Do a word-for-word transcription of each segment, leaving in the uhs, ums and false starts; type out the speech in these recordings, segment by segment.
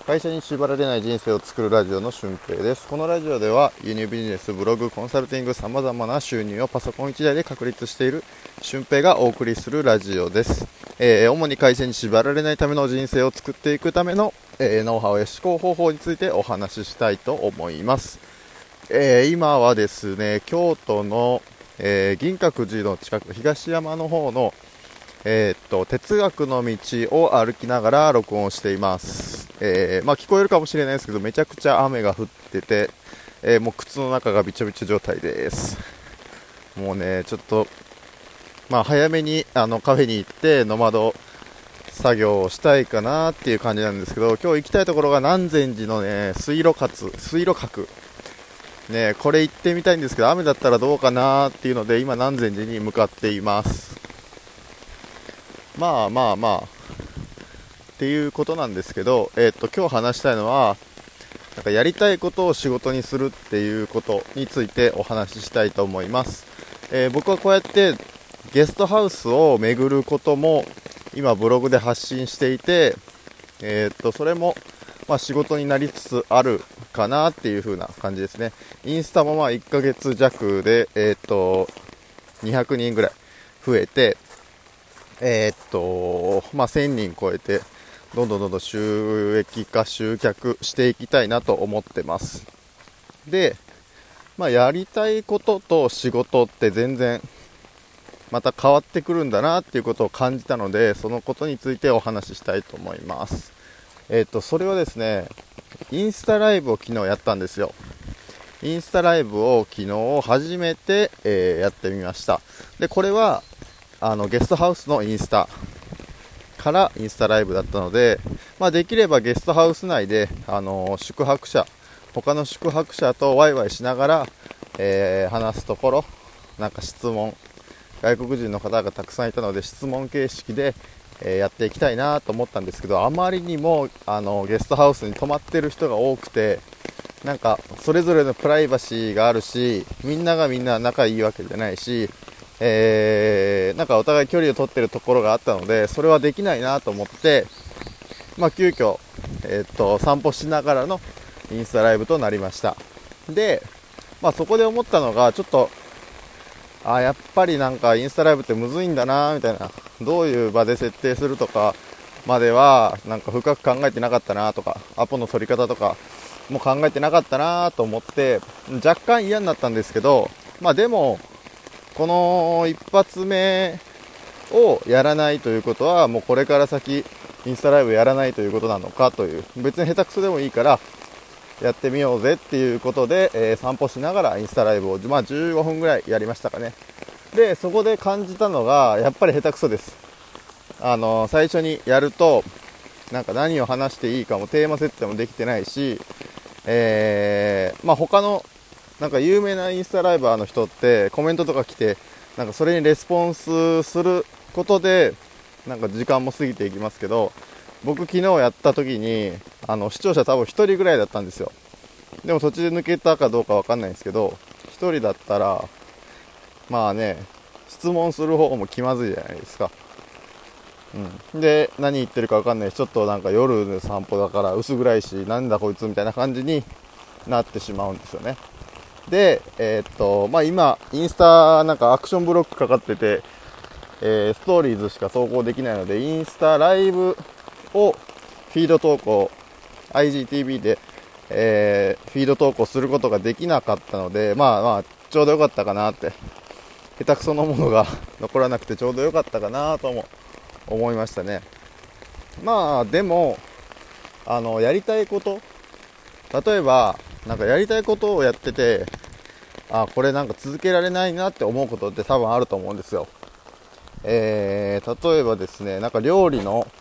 会社に縛られない人生を作るラジオの俊平です。このラジオでは輸入ビジネス、ブログ、コンサルティング、さまざまな収入をパソコンいちだいで確立している俊平がお送りするラジオです。えー、主に会社に縛られないための人生を作っていくための、えー、ノウハウや思考方法についてお話ししたいと思います。えー、今はですね、京都の、えー、銀閣寺の近く、東山の方のえー、っと哲学の道を歩きながら録音しています。えーまあ、聞こえるかもしれないですけど、めちゃくちゃ雨が降ってて、えー、もう靴の中がびちょびちょ状態です。もうねちょっと、まあ、早めにあのカフェに行ってノマド作業をしたいかなっていう感じなんですけど、今日行きたいところが南禅寺のね水路閣水路閣ね、これ行ってみたいんですけど、雨だったらどうかなっていうので今南禅寺に向かっています。まあまあまあっていうことなんですけど、えー、っと今日話したいのは、なんかやりたいことを仕事にするっていうことについてお話ししたいと思います。えー、僕はこうやってゲストハウスを巡ることも今ブログで発信していて、えー、っとそれもまあ仕事になりつつあるかなっていう風な感じですね。インスタもまあいっかげつ弱で、えー、っとにひゃくにんぐらい増えて、えー、っとまあせんにん超えてどんどんどんどん収益化集客していきたいなと思ってます。で、まあ、やりたいことと仕事って全然また変わってくるんだなっていうことを感じたので、そのことについてお話ししたいと思います。えー、っとそれはですね、インスタライブを昨日やったんですよ。インスタライブを昨日初めて、えー、やってみました。でこれはあのゲストハウスのインスタからインスタライブだったので、まあ、できればゲストハウス内で、あのー、宿泊者他の宿泊者とワイワイしながら、えー、話すところ、なんか質問、外国人の方がたくさんいたので質問形式で、えー、やっていきたいなと思ったんですけど、あまりにもあのゲストハウスに泊まってる人が多くて、なんかそれぞれのプライバシーがあるし、みんながみんな仲いいわけじゃないし、えー、なんかお互い距離を取ってるところがあったので、それはできないなと思って、まあ、急遽、えー、っと散歩しながらのインスタライブとなりました。で、まあ、そこで思ったのが、ちょっとあやっぱりなんかインスタライブってむずいんだなみたいな、どういう場で設定するとかまではなんか深く考えてなかったなとか、アポの取り方とかも考えてなかったなと思って若干嫌になったんですけど、まあでもこの一発目をやらないということは、もうこれから先インスタライブやらないということなのかという、別に下手くそでもいいからやってみようぜっていうことで、えー、散歩しながらインスタライブを、まあ、じゅうごふんぐらいやりましたかね。でそこで感じたのが、やっぱり下手くそです。あの最初にやるとなんか何を話していいかもテーマ設定もできてないし、えー、まあ他のなんか有名なインスタライバーの人ってコメントとか来て、なんかそれにレスポンスすることでなんか時間も過ぎていきますけど、僕昨日やった時にあの視聴者多分ひとりぐらいだったんですよ。でも途中で抜けたかどうかわかんないんですけど、ひとりだったらまあね、質問する方も気まずいじゃないですか。うん、で何言ってるかわかんないし、ちょっとなんか夜の散歩だから薄暗いし、なんだこいつみたいな感じになってしまうんですよね。で、えーっとまあ、今インスタなんかアクションブロックかかってて、えー、ストーリーズしか投稿できないので、インスタライブをフィード投稿 アイジーティービー で、えー、フィード投稿することができなかったので、まあまあちょうどよかったかなって、下手くそのものが残らなくてちょうどよかったかなとも思いましたね。まあでもあのやりたいこと、例えばなんかやりたいことをやってて、あこれなんか続けられないなって思うことって多分あると思うんですよ。えー、例えばですね、なんか料理の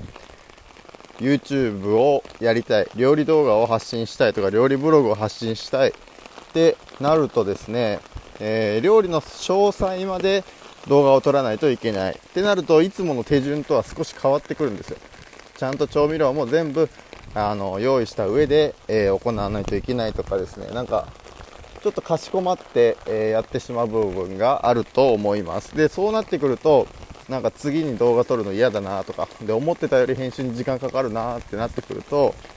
YouTube をやりたい、料理動画を発信したいとか、料理ブログを発信したいってなるとですね、えー、料理の詳細まで動画を撮らないといけないってなると、いつもの手順とは少し変わってくるんですよ。ちゃんと調味料も全部あの用意した上で、えー、行わないといけないとかですね、なんかちょっとかしこまって、えー、やってしまう部分があると思います。でそうなってくると、なんか次に動画撮るの嫌だなとかで、思ってたより編集に時間かかるなってなってくると、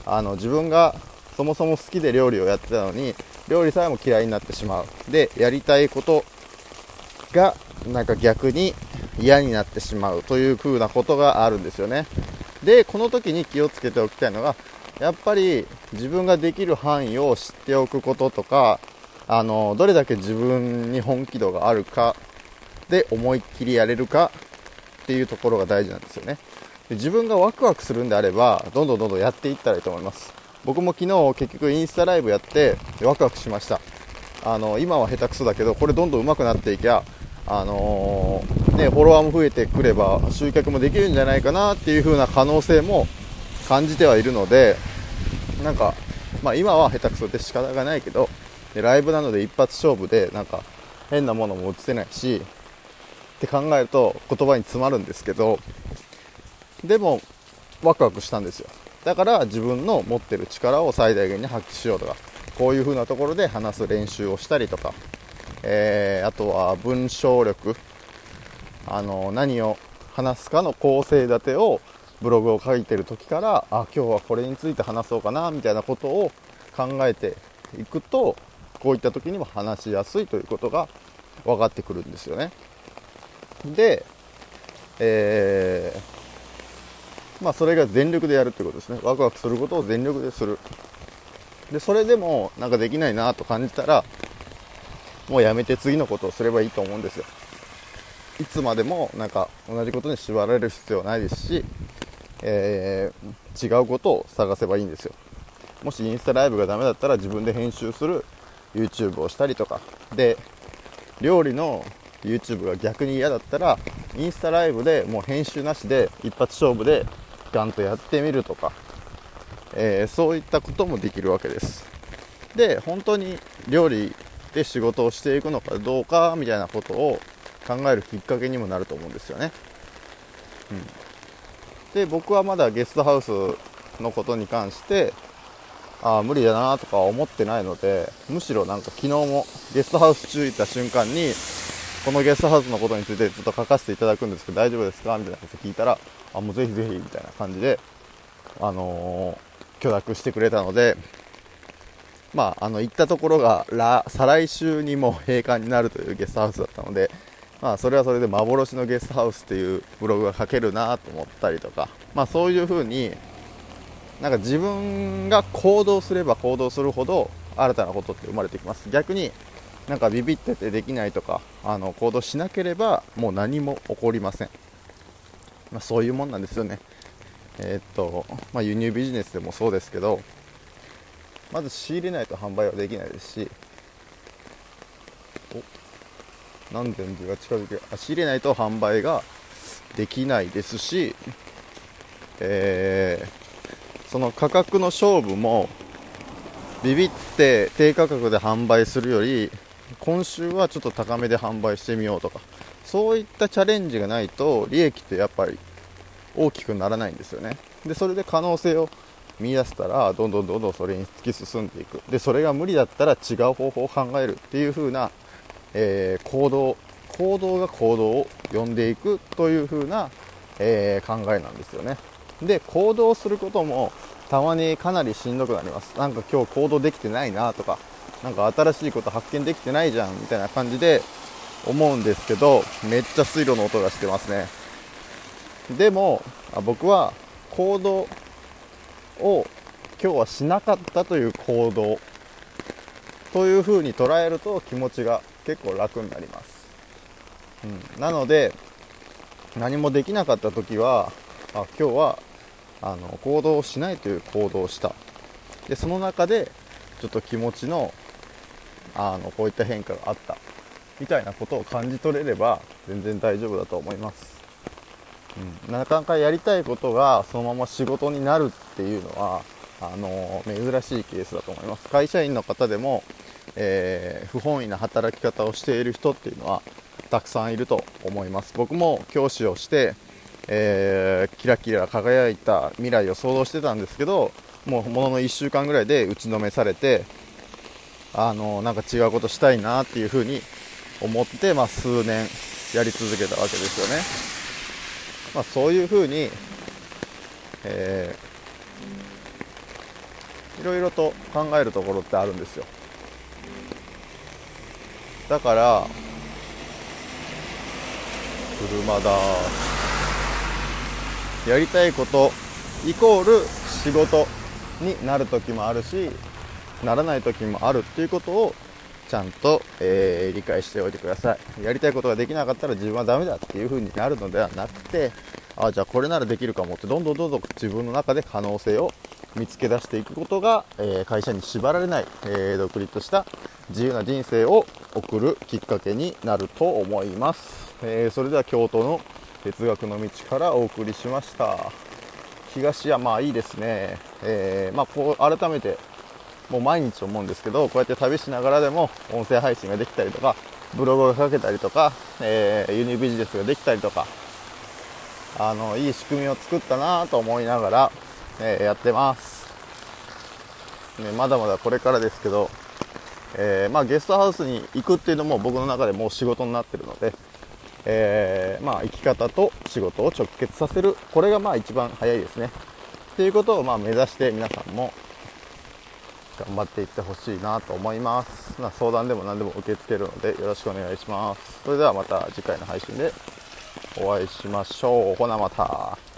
あの自分がそもそも好きで料理をやってたのに料理さえも嫌いになってしまう。でやりたいことがなんか逆に嫌になってしまうという風なことがあるんですよね。でこの時に気をつけておきたいのが、やっぱり自分ができる範囲を知っておくこととか、あのどれだけ自分に本気度があるかで思いっきりやれるかっていうところが大事なんですよね。で自分がワクワクするんであればどんどんどんどんやっていったらいいと思います。僕も昨日結局インスタライブやってワクワクしました。あの今は下手くそだけどこれどんどん上手くなっていきゃ、あのーね、フォロワーも増えてくれば集客もできるんじゃないかなっていう風な可能性も感じてはいるので、なんか、まあ、今は下手くそで仕方がないけど、でライブなので一発勝負でなんか変なものも映せないしって考えると言葉に詰まるんですけど、でもワクワクしたんですよ。だから自分の持ってる力を最大限に発揮しようとか、こういう風なところで話す練習をしたりとか、えー、あとは文章力、あの何を話すかの構成立てをブログを書いてる時から、あ今日はこれについて話そうかなみたいなことを考えていくと、こういった時にも話しやすいということが分かってくるんですよね。で、えー、まあそれが全力でやるってことですね。ワクワクすることを全力でする。でそれでもなんかできないなと感じたら、もうやめて次のことをすればいいと思うんですよ。いつまでもなんか同じことに縛られる必要はないですし、えー、違うことを探せばいいんですよ。もしインスタライブがダメだったら自分で編集する YouTube をしたりとかで、料理の YouTube が逆に嫌だったらインスタライブでもう編集なしで一発勝負でガンとやってみるとか、えー、そういったこともできるわけです。で本当に料理で仕事をしていくのかどうかみたいなことを考えるきっかけにもなると思うんですよね。うん、で僕はまだゲストハウスのことに関してあ無理だなとか思ってないので、むしろなんか昨日もゲストハウス中行った瞬間にこのゲストハウスのことについてちょっと書かせていただくんですけど大丈夫ですかみたいなこと聞いたら、あもうぜひぜひみたいな感じで、あのー、許諾してくれたので、まああの行ったところが来再来週にも閉館になるというゲストハウスだったので、まあそれはそれで幻のゲストハウスっていうブログが書けるなと思ったりとか、まあそういう風になんか自分が行動すれば行動するほど新たなことって生まれてきます。逆になんかビビっててできないとか、あの行動しなければもう何も起こりません。まあ、そういうもんなんですよね。えー、っとまあ輸入ビジネスでもそうですけど、まず仕入れないと販売はできないですし、お何千字が近づけあ仕入れないと販売ができないですし、えー、その価格の勝負もビビって低価格で販売するより今週はちょっと高めで販売してみようとか、そういったチャレンジがないと利益ってやっぱり大きくならないんですよね。でそれで可能性を見出したらどんどんどんどんそれに突き進んでいく。でそれが無理だったら違う方法を考えるっていう風な、えー、行動行動が行動を呼んでいくという風な、えー、考えなんですよね。で行動することもたまにかなりしんどくなります。なんか今日行動できてないなとか、なんか新しいこと発見できてないじゃんみたいな感じで思うんですけど、めっちゃ水路の音がしてますね。でも僕は行動を今日はしなかったという行動という風に捉えると気持ちが結構楽になります。うん、なので何もできなかった時はあ今日はあの行動をしないという行動をした。でその中でちょっと気持ちのあのこういった変化があったみたいなことを感じ取れれば全然大丈夫だと思います。うん、なかなかやりたいことがそのまま仕事になるっていうのはあの珍しいケースだと思います。会社員の方でも、えー、不本意な働き方をしている人っていうのはたくさんいると思います。僕も教師をして、えー、キラキラ輝いた未来を想像してたんですけど、もうもののいっしゅうかんぐらいで打ちのめされて、あのなんか違うことしたいなっていうふうに思って、まあ、数年やり続けたわけですよね。まあ、そういうふうに、えいろいろと考えるところってあるんですよ。だから車だ、やりたいことイコール仕事になる時もあるし、ならない時もあるっていうことをちゃんと、えー、理解しておいてください。やりたいことができなかったら自分はダメだっていう風になるのではなくて、あ、じゃあこれならできるかもってどんどんどんどん自分の中で可能性を見つけ出していくことが、えー、会社に縛られない、えー、独立した自由な人生を送るきっかけになると思います。えー、それでは京都の哲学の道からお送りしました。東山いいですね。えーまあ、こう改めてもう毎日思うんですけど、こうやって旅しながらでも音声配信ができたりとか、ブログが書けたりとか、えー、輸入ビジネスができたりとか、あのいい仕組みを作ったなと思いながら、えー、やってます、ね、まだまだこれからですけど、えーまあ、ゲストハウスに行くっていうのも僕の中でもう仕事になってるので、えーまあ、生き方と仕事を直結させる、これがまあ一番早いですねっていうことをまあ目指して、皆さんも頑張っていってほしいなと思います。まあ、相談でも何でも受け付けるのでよろしくお願いします。それではまた次回の配信でお会いしましょう。ほなまた。